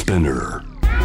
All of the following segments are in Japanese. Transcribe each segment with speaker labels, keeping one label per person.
Speaker 1: Spinner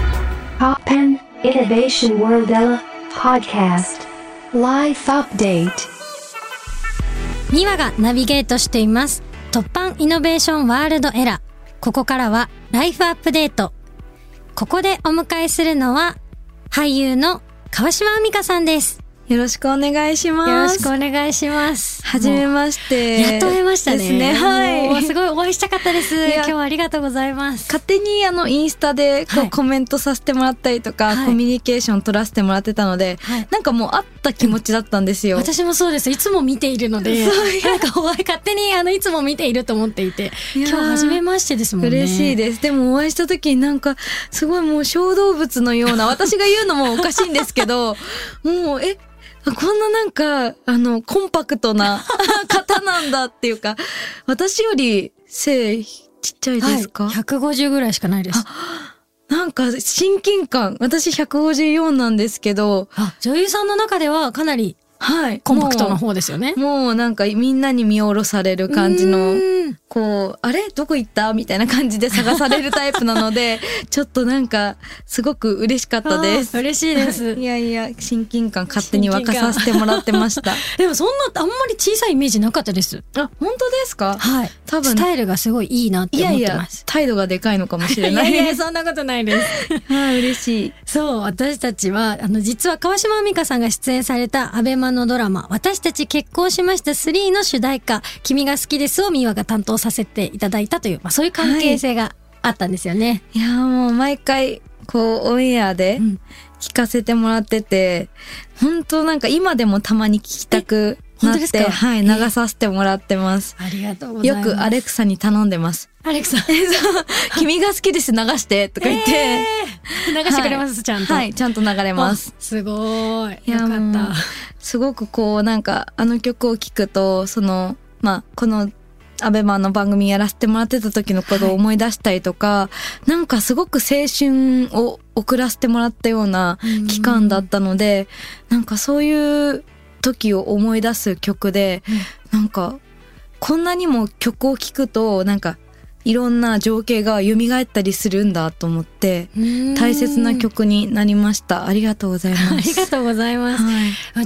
Speaker 2: Poppen Innovation World Ella Podcast Life Update
Speaker 3: ミワがナビゲートしています突破イノベーションワールドエラ。ここからはライフアップデート。ここでお迎えするのは俳優の川島海荷さんです。
Speaker 4: よろしくお願いします。
Speaker 3: よろしくお願いします。
Speaker 4: はじめまして。
Speaker 3: やっと会えましたね。
Speaker 4: ですね。はい。
Speaker 3: すごいお会いしたかったです。今日はありがとうございます。
Speaker 4: 勝手にインスタでコメントさせてもらったりとか、コミュニケーション取らせてもらってたので、なんかもう会った気持ちだったんですよ。
Speaker 3: 私もそうです。いつも見ているので、なんか勝手にいつも見ていると思っていて、今日初めましてですもんね。
Speaker 4: 嬉しいです。でもお会いした時になんかすごいもう小動物のような、私が言うのもおかしいんですけど、もうこんななんか、コンパクトな方なんだっていうか、私より背ちっちゃいですか？
Speaker 3: はい、150ぐらいしかないです。
Speaker 4: なんか親近感。私154なんですけど。
Speaker 3: 女優さんの中ではかなり、コンパクトな方ですよね。
Speaker 4: もうなんかみんなに見下ろされる感じの、あれどこ行ったみたいな感じで探されるタイプなので、ちょっとなんかすごく嬉しかったです。
Speaker 3: 嬉しいです。
Speaker 4: いやいや、親近感勝手に沸かさせてもらってました。
Speaker 3: でもそんな、あんまり小さいイメージなかったです。
Speaker 4: 本当ですか？
Speaker 3: はい。多分。スタイルがすごいいいなって思ってます。いやいや、
Speaker 4: 態度がでかいのかもしれない。
Speaker 3: いやいや、そんなことないです。
Speaker 4: 嬉しい。
Speaker 3: そう、私たちは、実は川島海荷さんが出演されたアベマのドラマ、私たち結婚しました3の主題歌、君が好きですをミワが担当させていただいたという、そういう関係性があったんですよね。
Speaker 4: いやもう毎回、オンエアで聞かせてもらってて、本当なんか今でもたまに聞きたくなって、はい、流させてもらってます。
Speaker 3: ありがとうございます。
Speaker 4: よくアレクサに頼んでます。
Speaker 3: アレクサ
Speaker 4: 君が好きです流してとか言って、
Speaker 3: 流してくれます、ちゃんと。
Speaker 4: はい、ちゃんと流れます。
Speaker 3: すごい。よかった。
Speaker 4: すごくなんか曲を聴くと、このアベマの番組やらせてもらってた時のことを思い出したりとか、なんかすごく青春を送らせてもらったような期間だったので、なんかそういう時を思い出す曲で、なんかこんなにも曲を聴くとなんかいろんな情景が蘇ったりするんだと思って大切な曲になりました。ありがとうございます。
Speaker 3: ありがとうございます。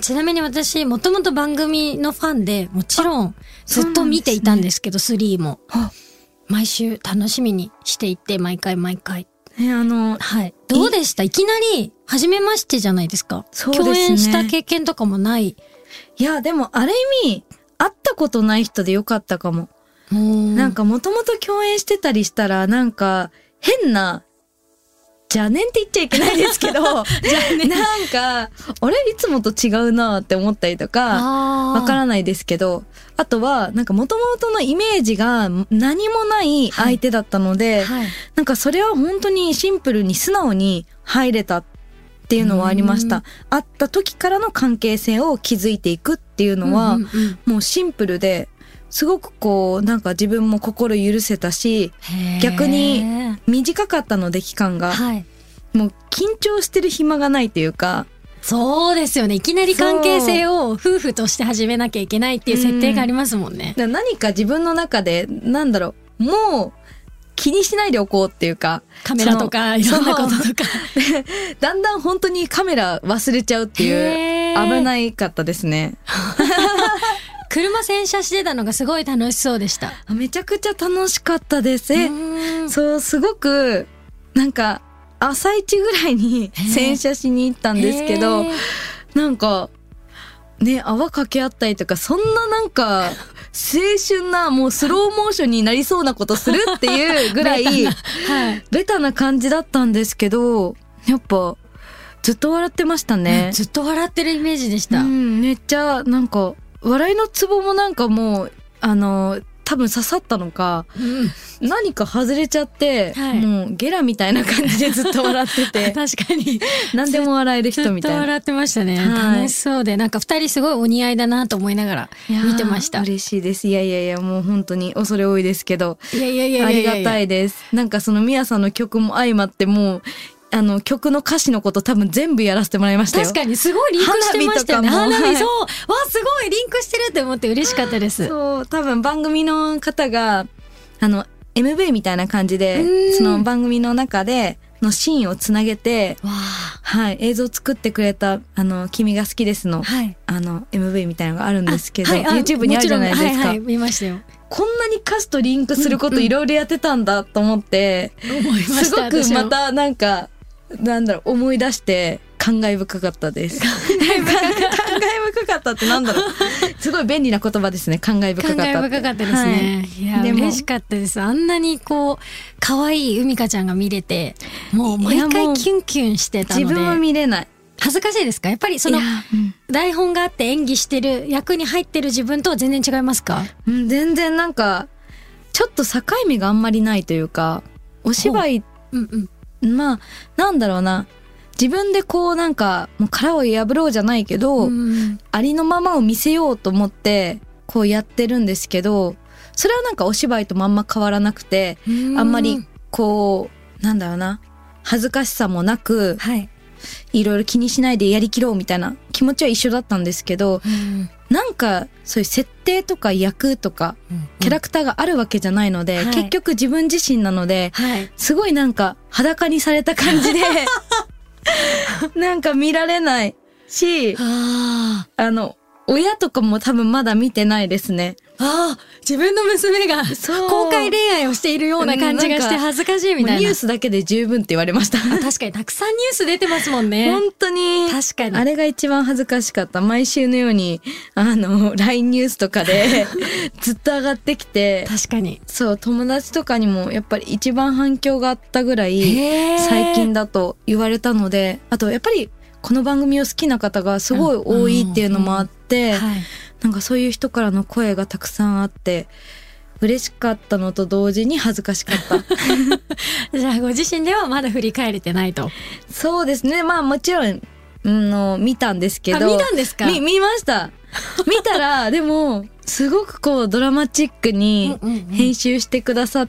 Speaker 3: ちなみに私もともと番組のファンでもちろんずっと見ていたんですけど、3も毎週楽しみにしていて、毎回はい。どうでした？いきなり初めましてじゃないですか。そうですね。共演した経験とかもない。
Speaker 4: いやでもある意味会ったことない人でよかったかも。なんかもともと共演してたりしたらなんか変な邪念って言っちゃいけないですけどなんかあれいつもと違うなって思ったりとかわからないですけど、あとはなんかもともとのイメージが何もない相手だったので、なんかそれは本当にシンプルに素直に入れたっていうのはありました。会った時からの関係性を築いていくっていうのはもうシンプルですごくなんか自分も心許せたし、逆に短かったので期間が、もう緊張してる暇がないというか。
Speaker 3: そうですよね。いきなり関係性を夫婦として始めなきゃいけないっていう設定がありますもんね。
Speaker 4: 何か自分の中でもう気にしないでおこうっていうか、
Speaker 3: カメラとかいろんなこととか
Speaker 4: だんだん本当にカメラ忘れちゃうっていう危ないかったですね。
Speaker 3: 車洗車してたのがすごい楽しそうでした。
Speaker 4: めちゃくちゃ楽しかったです。そう、すごくなんか朝一ぐらいに洗車しに行ったんですけど、なんかね、泡かけ合ったりとか、そんななんか青春なもうスローモーションになりそうなことするっていうぐらいベタな感じだったんですけど、やっぱずっと笑ってましたね。
Speaker 3: ずっと笑ってるイメージでした。
Speaker 4: めっちゃなんか笑いのツボもなんかもう多分刺さったのか、何か外れちゃって、もうゲラみたいな感じでずっと笑ってて
Speaker 3: 確かに
Speaker 4: 何でも笑える人みたいな。
Speaker 3: ずっと笑ってましたね。楽しそうで、なんか2人すごいお似合いだなと思いながら見てました。
Speaker 4: 嬉しいです。いやいやいや、もう本当に恐れ多いですけど、
Speaker 3: いや
Speaker 4: ありがたいです。なんかそのミヤさんの曲も相まって、もう曲の歌詞のこと多分全部やらせてもらいましたよ。
Speaker 3: 確かにすごいリンクしてましたよね。花火、そう。わ、すごいリンクしてるって思って嬉しかったです。
Speaker 4: そう、多分番組の方がMV みたいな感じでその番組の中でのシーンをつなげて、
Speaker 3: わあ、
Speaker 4: はい、映像作ってくれた君が好きですの、
Speaker 3: はい、
Speaker 4: MV みたいなのがあるんですけど、
Speaker 3: はい、
Speaker 4: YouTube にあるじゃないですか。
Speaker 3: はいはい、見ましたよ。
Speaker 4: こんなに歌詞とリンクすることいろいろやってたんだと思って、
Speaker 3: 思いました。
Speaker 4: すごくまたなんか思い出して感慨深かったです。感慨深かったってなんだろう。すごい便利な言葉ですね。感慨深かったって。
Speaker 3: 感慨深かったですね。はい、いやでも嬉しかったです。あんなにこう可愛い海香ちゃんが見れて、もう毎回キュンキュンしてたので。
Speaker 4: 自分は見れない。
Speaker 3: 恥ずかしいですか？やっぱりその台本があって演技してる役に入ってる自分とは全然違いますか？
Speaker 4: 全然なんかちょっと境目があんまりないというか、お芝居、まあなんだろうな、自分でこうなんかもう殻を破ろうじゃないけど、ありのままを見せようと思ってこうやってるんですけど、それはなんかお芝居とまんま変わらなくて、あんまりこうなんだろうな、恥ずかしさもなく、はい、いろいろ気にしないでやりきろうみたいな気持ちは一緒だったんですけど、なんかそういう設定とか役とかキャラクターがあるわけじゃないので、結局自分自身なので、すごいなんか裸にされた感じでなんか見られないし、親とかも多分まだ見てないですね。
Speaker 3: ああ、自分の娘が公開恋愛をしているような感じがして恥ずかしいみたいな。
Speaker 4: ニュースだけで十分って言われました。
Speaker 3: 確かにたくさんニュース出てますもんね。
Speaker 4: 本当に。
Speaker 3: 確かに。
Speaker 4: あれが一番恥ずかしかった。毎週のようにLINE ニュースとかでずっと上がってきて。
Speaker 3: 確かに。
Speaker 4: そう、友達とかにもやっぱり一番反響があったぐらい最近だと言われたので、あとやっぱりこの番組を好きな方がすごい多いっていうのもあって、なんかそういう人からの声がたくさんあって嬉しかったのと同時に恥ずかしかった
Speaker 3: じゃあご自身ではまだ振り返れてないと。
Speaker 4: そうですね、まあもちろん見たんですけど。
Speaker 3: 見たんですか？
Speaker 4: 見ました。見たらでもすごくこうドラマチックに編集してくださって、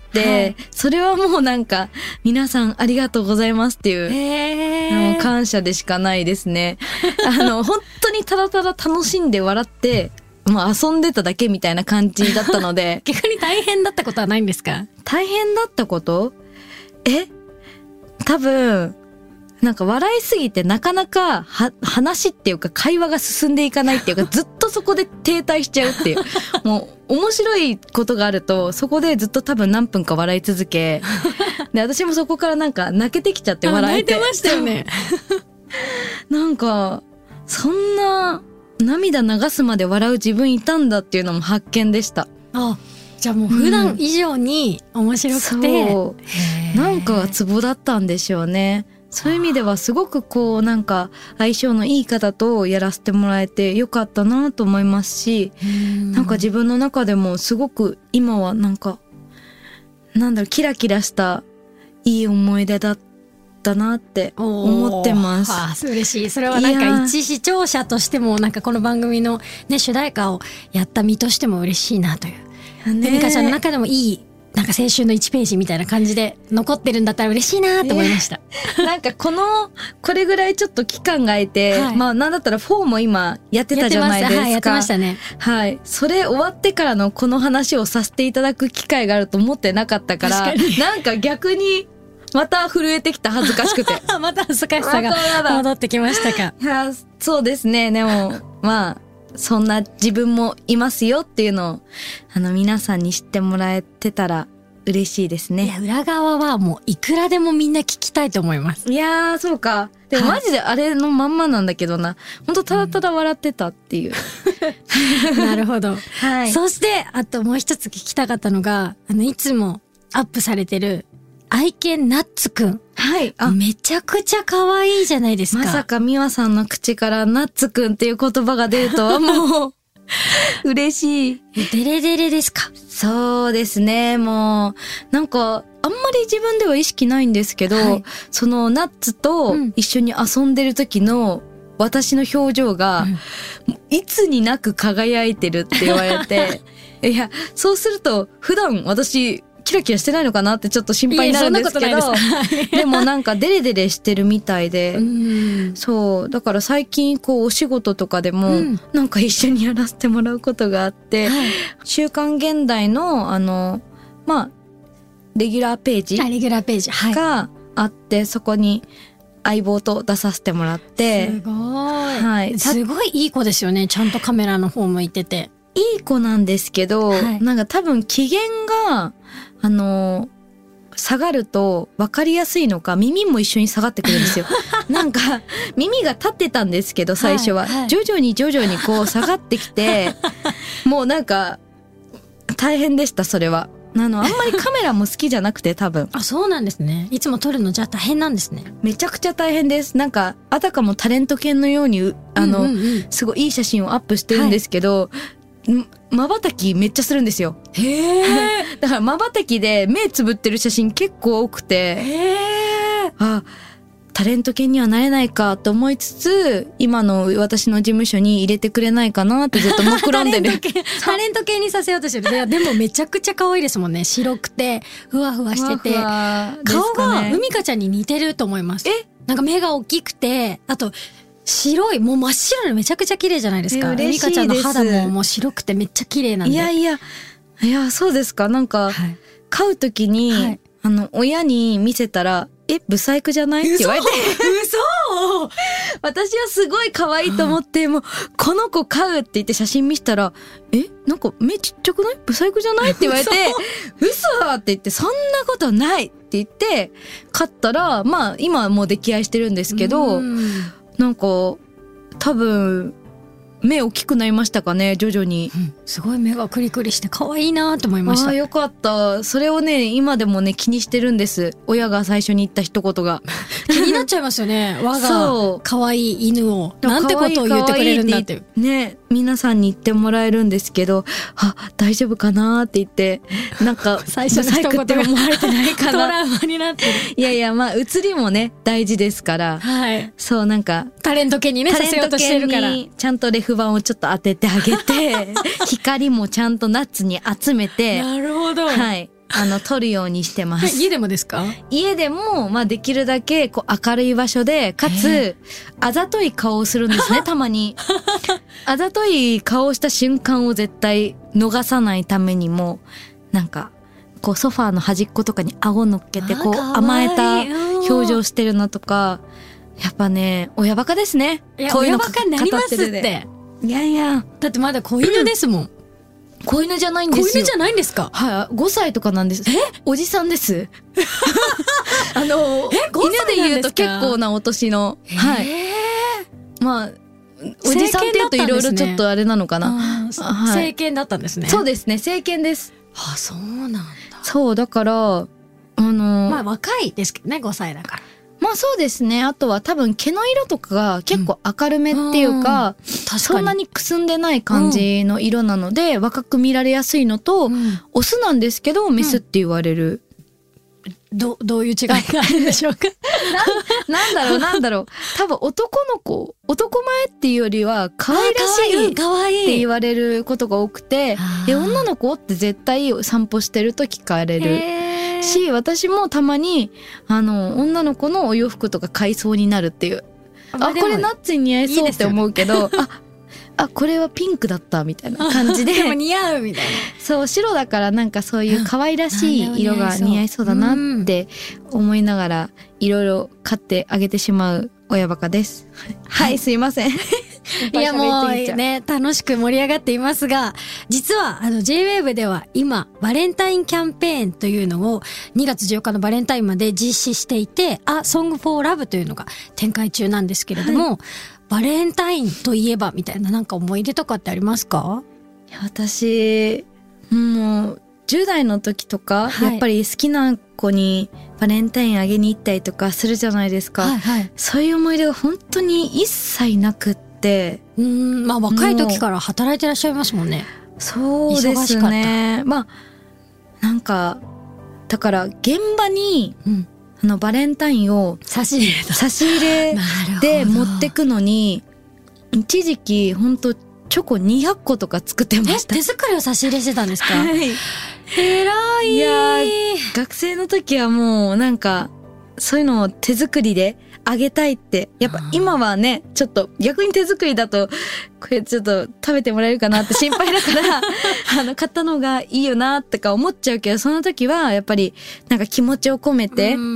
Speaker 4: それはもうなんか皆さんありがとうございますっていう、感謝でしかないですね。本当にただただ楽しんで笑ってもう遊んでただけみたいな感じだったので
Speaker 3: 逆に大変だったことはないんですか？
Speaker 4: 大変だったこと？多分なんか笑いすぎてなかなか話っていうか会話が進んでいかないっていうか、ずっとそこで停滞しちゃうっていうもう面白いことがあるとそこでずっと多分何分か笑い続けで、私もそこからなんか泣けてきちゃって笑えて。
Speaker 3: 泣いてましたよね
Speaker 4: なんかそんな涙流すまで笑う自分いたんだっていうのも発見でした。
Speaker 3: あ、じゃあもう普段以上に面白くて、
Speaker 4: そうなんかツボだったんでしょうね。そういう意味ではすごくこうなんか相性のいい方とやらせてもらえてよかったなと思いますし、なんか自分の中でもすごく今はなんかなんだろう、キラキラしたいい思い出だったなって思ってます。
Speaker 3: 嬉しい。それはなんか一視聴者としてもなんかこの番組のね主題歌をやった身としても嬉しいなという。美香ちゃんの中でもいいなんか青春の1ページみたいな感じで残ってるんだったら嬉しいなと思いました。
Speaker 4: なんかこれぐらいちょっと期間が空いて、まあなんだったら4も今やってたじゃないですか。
Speaker 3: やってましたね。
Speaker 4: はい。それ終わってからのこの話をさせていただく機会があると思ってなかったから、なんか逆にまた震えてきた、恥ずかしくて。
Speaker 3: また恥ずかしさが戻ってきましたか。
Speaker 4: いや、そうですね。でもまあそんな自分もいますよっていうのを皆さんに知ってもらえてたら嬉しいですね。
Speaker 3: いや、裏側はもういくらでもみんな聞きたいと思います。
Speaker 4: いやー、そうか。でもマジであれのまんまなんだけどな。ほんとただただ笑ってたっていう。
Speaker 3: なるほど。
Speaker 4: はい。
Speaker 3: そしてあともう一つ聞きたかったのが、いつもアップされてる愛犬ナッツくん。
Speaker 4: はい。
Speaker 3: めちゃくちゃ可愛いじゃないですか。
Speaker 4: まさか美和さんの口からナッツくんっていう言葉が出るとはもう嬉しい。
Speaker 3: デレデレですか？
Speaker 4: そうですね。もうなんかあんまり自分では意識ないんですけど、そのナッツと一緒に遊んでる時の私の表情が、いつになく輝いてるって言われていや、そうすると普段私キラキラしてないのかなってちょっと心配になるんですけど、でもなんかデレデレしてるみたいで、そうだから最近こうお仕事とかでもなんか一緒にやらせてもらうことがあって、週刊現代のまあレギュラーページがあって、そこに相棒と出させてもらって。
Speaker 3: すごい。
Speaker 4: はい。
Speaker 3: すごいいい子ですよね。ちゃんとカメラの方向いてて。
Speaker 4: いい子なんですけど、なんか多分機嫌が、下がると分かりやすいのか、耳も一緒に下がってくるんですよ。なんか、耳が立ってたんですけど、最初は。徐々にこう下がってきて、もうなんか、大変でした、それは。あんまりカメラも好きじゃなくて、多分。
Speaker 3: あ、そうなんですね。いつも撮るのじゃあ大変なんですね。
Speaker 4: めちゃくちゃ大変です。なんか、あたかもタレント犬のように、すごいいい写真をアップしてるんですけど、瞬きめっちゃするんですよ。
Speaker 3: へ
Speaker 4: だから瞬きで目つぶってる写真結構多くて、タレント犬にはなれないかと思いつつ、今の私の事務所に入れてくれないかなってずっと目論んでる。
Speaker 3: タレント犬にさせようとしてる。いや、でもめちゃくちゃ可愛いですもんね。白くて、ふわふわしてて。顔が海香ちゃんに似てると思います。なんか目が大きくて、あと、白い、もう真っ白でめちゃくちゃ綺麗じゃないですか。
Speaker 4: 嬉しいです。
Speaker 3: 海香ちゃんの肌も白くてめっちゃ綺麗なんで。
Speaker 4: いや、そうですか。なんか、飼うときに、親に見せたら、ブサイクじゃないって言われて。
Speaker 3: 嘘
Speaker 4: 私はすごい可愛いと思って、もう、この子飼うって言って写真見せたら、なんか目ちっちゃくない？ブサイクじゃないって言われて、嘘って言って、そんなことないって言って、飼ったら、まあ、今はもう溺愛してるんですけど、なんか、多分、目大きくなりましたかね、徐々に。
Speaker 3: すごい目がクリクリして可愛いなと思いました。
Speaker 4: よかった。それをね、今でもね、気にしてるんです。親が最初に言った一言が。
Speaker 3: 気になっちゃいますよね。我が可愛い犬を。なんてことを言ってくれるんだっていう。
Speaker 4: ね、皆さんに言ってもらえるんですけど、大丈夫かなって言って、なんか、
Speaker 3: 最初の一言
Speaker 4: って思われてないかな。
Speaker 3: トラウマになってる。
Speaker 4: いや、まあ、映りもね、大事ですから。
Speaker 3: はい。
Speaker 4: そう、なんか、
Speaker 3: タレント犬にね、させようとしてるから。
Speaker 4: ちゃんとレフ板をちょっと当ててあげて、光もちゃんとナッツに集めて、
Speaker 3: なるほど。
Speaker 4: はい。撮るようにしてます。
Speaker 3: 家でもですか？
Speaker 4: 家でも、まあできるだけ、こう明るい場所で、かつ、あざとい顔をするんですね、たまに。あざとい顔をした瞬間を絶対逃さないためにも、なんか、こうソファーの端っことかに顎乗っけて、こう甘えた表情してるのとか、やっぱね、親バカですね。
Speaker 3: こういうの親バカになりますって。
Speaker 4: いや。
Speaker 3: だってまだ子犬ですもん。
Speaker 4: 子犬じゃないんですよ。
Speaker 3: 子犬じゃないんですか？
Speaker 4: はい、5歳とかなんです。おじさんです。犬で言うと結構なお年の。はい。まあ、おじさんって言うといろいろちょっとあれなのかな。
Speaker 3: 成犬だったんですね。
Speaker 4: そうですね、成犬です。
Speaker 3: そうなんだ。
Speaker 4: そう、だから、
Speaker 3: まあ若いですけどね、5歳だから。
Speaker 4: まあそうですね。あとは多分毛の色とかが結構明るめっていうか、そんなにくすんでない感じの色なので、若く見られやすいのと、オスなんですけど、メスって言われる。
Speaker 3: どういう違いがあるんでしょうか？
Speaker 4: なんだろう。多分男前っていうよりは、可愛らしいって言われることが多くて、女の子って絶対散歩してると聞かれる。し、私もたまに、女の子のお洋服とか買いそうになるっていう。これナッツに似合いそうって思うけど、これはピンクだったみたいな感じで。
Speaker 3: でも似合うみたいな。
Speaker 4: そう、白だからなんかそういう可愛らしい色が似合いそうだなって思いながら、いろいろ買ってあげてしまう親バカです。はい、すいません。
Speaker 3: いやもうね、楽しく盛り上がっていますが、実はJ-Wave では今、バレンタインキャンペーンというのを2月14日のバレンタインまで実施していて、Song for Love というのが展開中なんですけれども、バレンタインといえばみたいななんか思い出とかってありますか？
Speaker 4: いや、私、もう10代の時とか、やっぱり好きな子にバレンタインあげに行ったりとかするじゃないですか。そういう思い出が本当に一切なくって、
Speaker 3: まあ若い時から働いてらっしゃいますもんね。
Speaker 4: そうですね。まあ、なんか、だから現場に、バレンタインを
Speaker 3: 差し入れ
Speaker 4: で持ってくのに、一時期本当チョコ200個とか作ってました。
Speaker 3: 手作りを差し入れしてたんですか？
Speaker 4: はい。
Speaker 3: 偉い。
Speaker 4: いや、学生の時はもうなんか、そういうのを手作りであげたいって。やっぱ今はね、ちょっと逆に手作りだと、これちょっと食べてもらえるかなって心配だから、買ったのがいいよなとか思っちゃうけど、その時はやっぱりなんか気持ちを込めて、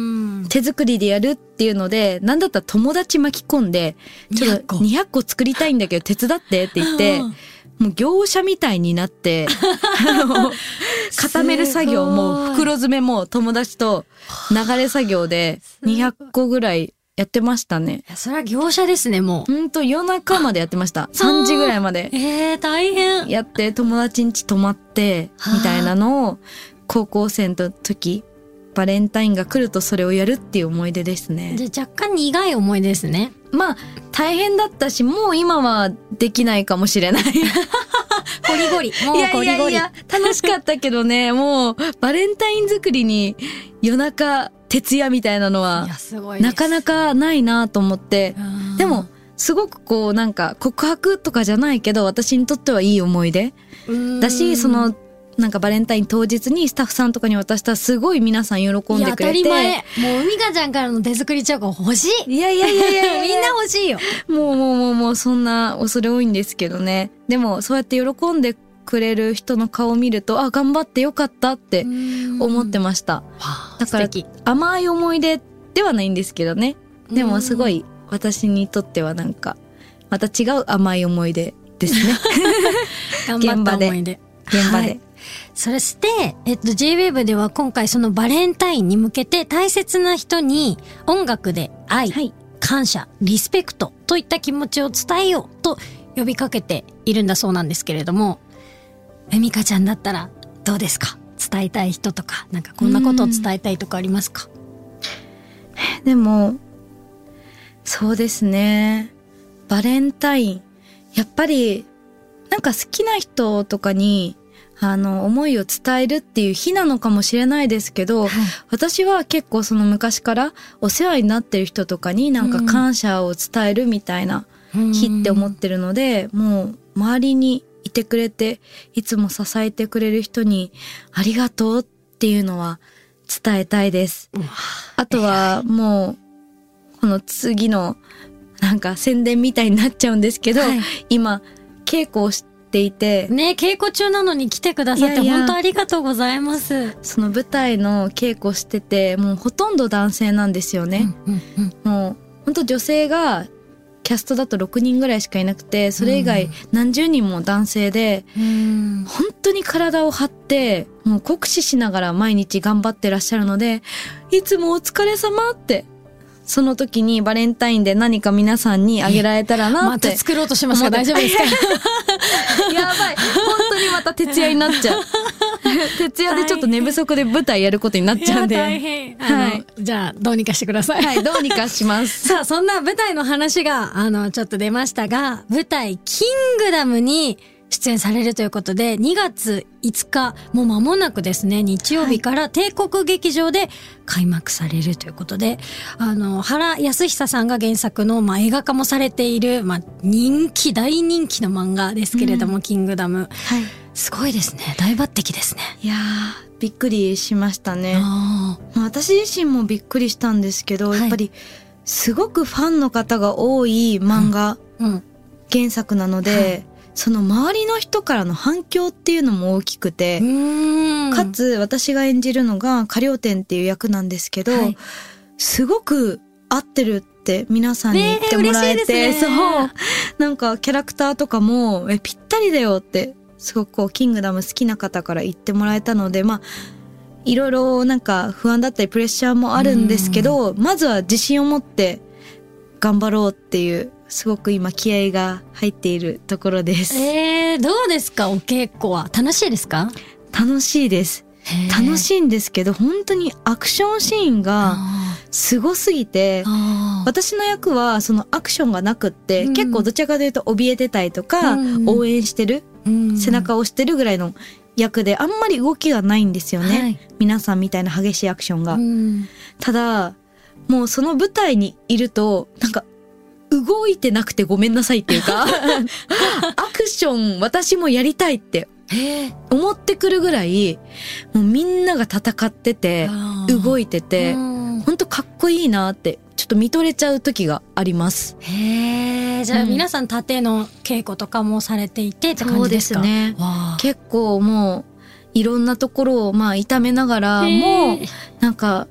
Speaker 4: 手作りでやるっていうので、なんだったら友達巻き込んで、ちょっと200個作りたいんだけど手伝ってって言って、もう業者みたいになって、固める作業も袋詰めも友達と流れ作業で200個ぐらいやってましたね。
Speaker 3: いや、それは業者ですね、もう。
Speaker 4: 夜中までやってました。3時ぐらいまで。
Speaker 3: 大変。
Speaker 4: やって友達ん家泊まって、みたいなのを高校生の時、バレンタインが来るとそれをやるっていう思い出ですね。
Speaker 3: じゃあ若干苦い思い出ですね。
Speaker 4: まあ大変だったし、もう今はできないかもしれない。ゴ
Speaker 3: リゴリ。もうゴリゴリ。
Speaker 4: いや楽しかったけどね、もうバレンタイン作りに夜中徹夜みたいなのはなかなかないなと思って。でもすごくこうなんか告白とかじゃないけど、私にとってはいい思い出だし、そのなんかバレンタイン当日にスタッフさんとかに渡したらすごい皆さん喜んでくれて。
Speaker 3: 当たり前。もう海香ちゃんからの手作りチョコ欲しい。
Speaker 4: いや
Speaker 3: みんな欲しいよ。
Speaker 4: もうそんな恐れ多いんですけどね。でもそうやって喜んでくれる人の顔を見ると、あ、頑張ってよかったって思ってました。だから甘い思い出ではないんですけどね。でもすごい私にとってはなんかまた違う甘い思い出ですね。
Speaker 3: 頑張った思い出。
Speaker 4: 現場で。はい、
Speaker 3: そして、J-Wave では今回そのバレンタインに向けて大切な人に音楽で愛、感謝、リスペクトといった気持ちを伝えようと呼びかけているんだそうなんですけれども、海香ちゃんだったらどうですか？伝えたい人とか、なんかこんなことを伝えたいとかありますか？
Speaker 4: でも、そうですね。バレンタイン。やっぱり、なんか好きな人とかに、思いを伝えるっていう日なのかもしれないですけど、私は結構その昔からお世話になってる人とかになんか感謝を伝えるみたいな日って思ってるので、もう周りにいてくれて、いつも支えてくれる人にありがとうっていうのは伝えたいです。あとはもう、この次のなんか宣伝みたいになっちゃうんですけど、今稽古をしていて
Speaker 3: ね、稽古中なのに来てくださって本当ありがとうございます。
Speaker 4: その舞台の稽古してて、もうほとんど男性なんですよね。もう本当女性がキャストだと6人ぐらいしかいなくて、それ以外何十人も男性で、本当に体を張ってもう酷使しながら毎日頑張ってらっしゃるので、いつもお疲れ様って、その時にバレンタインで何か皆さんにあげられたらなって。
Speaker 3: また作ろうとしますか？大丈夫ですか？
Speaker 4: やばい。本当にまた徹夜になっちゃう。徹夜でちょっと寝不足で舞台やることになっちゃうんで。
Speaker 3: 大変。じゃあどうにかしてください。
Speaker 4: はい、どうにかします。
Speaker 3: さあ、そんな舞台の話が、ちょっと出ましたが、舞台キングダムに出演されるということで、2月5日、もう間もなくですね、日曜日から帝国劇場で開幕されるということで、原康久さんが原作の、映画化もされている、大人気の漫画ですけれども、キングダム。すごいですね。大抜擢ですね。
Speaker 4: いやー、びっくりしましたね。私自身もびっくりしたんですけど、やっぱりすごくファンの方が多い漫画、原作なので、その周りの人からの反響っていうのも大きくて、かつ私が演じるのが花稜天っていう役なんですけど、すごく合ってるって皆さんに言ってもらえて、そう、なんかキャラクターとかもぴったりだよってすごくこうキングダム好きな方から言ってもらえたので、いろいろなんか不安だったりプレッシャーもあるんですけど、まずは自信を持って頑張ろうっていう、すごく今気合が入っているところです。
Speaker 3: どうですか？お稽古は楽しいですか？
Speaker 4: 楽しいです。楽しいんですけど、本当にアクションシーンがすごすぎて、私の役はそのアクションがなくって、結構どちらかというと怯えてたりとか、応援してる、背中を押してるぐらいの役で、あんまり動きがないんですよね。皆さんみたいな激しいアクションが。ただ、もうその舞台にいると、なんか動いてなくてごめんなさいっていうかアクション私もやりたいって思ってくるぐらい、もうみんなが戦ってて動いてて、本当かっこいいなってちょっと見とれちゃう時があります。
Speaker 3: じゃあ皆さん盾の稽古とかもされていてって感じですか？
Speaker 4: そうですね。結構もういろんなところを痛めながらも、なんか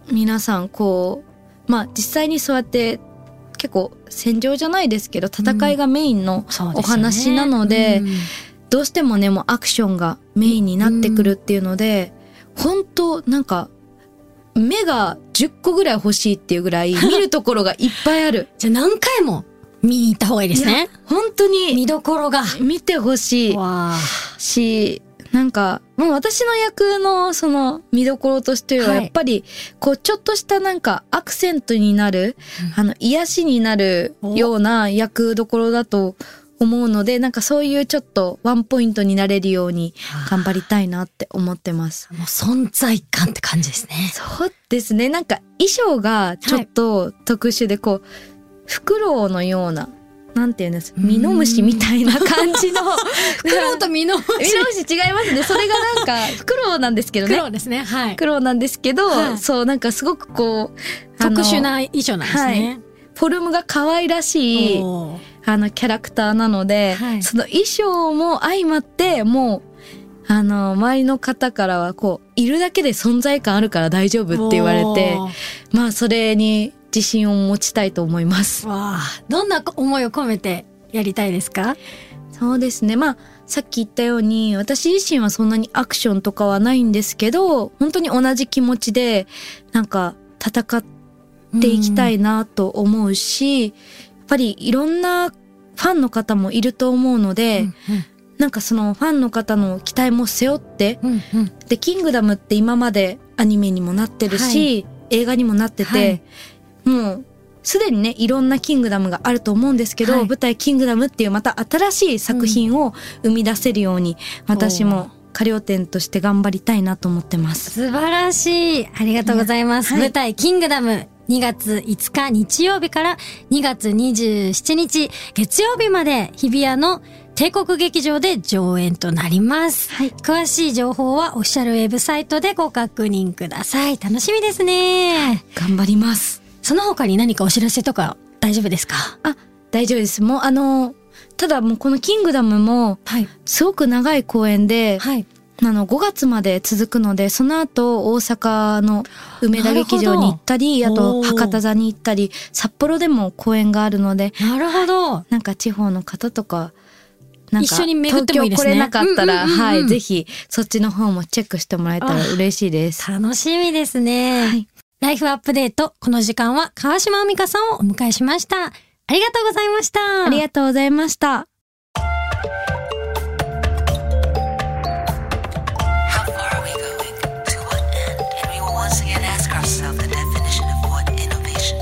Speaker 4: 皆さんこう実際にそうやって結構戦場じゃないですけど戦いがメインのお話なので、どうしてもねもうアクションがメインになってくるっていうので、本当なんか目が10個ぐらい欲しいっていうぐらい見るところがいっぱいある。
Speaker 3: じゃあ何回も見に行った方がいいですね。
Speaker 4: 本当に
Speaker 3: 見どころが
Speaker 4: 見てほしいし、なんかもう私の役のその見どころとしてはやっぱりこうちょっとしたなんかアクセントになる、癒しになるような役どころだと思うので、なんかそういうちょっとワンポイントになれるように頑張りたいなって思ってます。
Speaker 3: もう存在感って感じですね。
Speaker 4: そうですね。なんか衣装がちょっと特殊でこう、フクロウのようななんていうんです、ミノムシみたいな感じの
Speaker 3: フクロウとミノムシ
Speaker 4: 違いますね。それがなんかフクロウなんですけどね。
Speaker 3: フクロウですね。はい。
Speaker 4: フクロウなんですけど、そうなんかすごくこう
Speaker 3: 特殊な衣装なんですね。
Speaker 4: フォルムが可愛らしいキャラクターなので、その衣装も相まってもう周りの方からはこういるだけで存在感あるから大丈夫って言われて、それに自信を持ちたいと思います。
Speaker 3: わあ、どんな思いを込めてやりたいですか？
Speaker 4: そうですね。さっき言ったように私自身はそんなにアクションとかはないんですけど、本当に同じ気持ちでなんか戦っていきたいなと思うし、やっぱりいろんなファンの方もいると思うので、なんかそのファンの方の期待も背負って、でキングダムって今までアニメにもなってるし、映画にもなってて、もうすでにねいろんなキングダムがあると思うんですけど、舞台キングダムっていうまた新しい作品を生み出せるように、私も花稜展として頑張りたいなと思ってます。
Speaker 3: 素晴らしい。ありがとうございます。舞台キングダム2月5日日曜日から2月27日月曜日まで日比谷の帝国劇場で上演となります。詳しい情報はオフィシャルウェブサイトでご確認ください。楽しみですね。
Speaker 4: 頑張ります。
Speaker 3: その他に何かお知らせとか大丈夫ですか？
Speaker 4: 大丈夫です。もうただもうこのキングダムもすごく長い公演で、5月まで続くので、その後大阪の梅田劇場に行ったり、あと博多座に行ったり、札幌でも公演があるので、
Speaker 3: なるほど。
Speaker 4: なんか地方の方とかなんか
Speaker 3: 一緒に巡ってもいいですね。
Speaker 4: 東京来れなかったら、ぜひそっちの方もチェックしてもらえたら嬉しいです。
Speaker 3: 楽しみですね。ライフアップデート、この時間は川島美香さんをお迎えしました。ありがとうございました。
Speaker 4: ありがとうございました。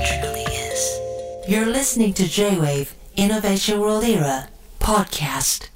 Speaker 1: You're listening to J-Wave Innovation World Era podcast.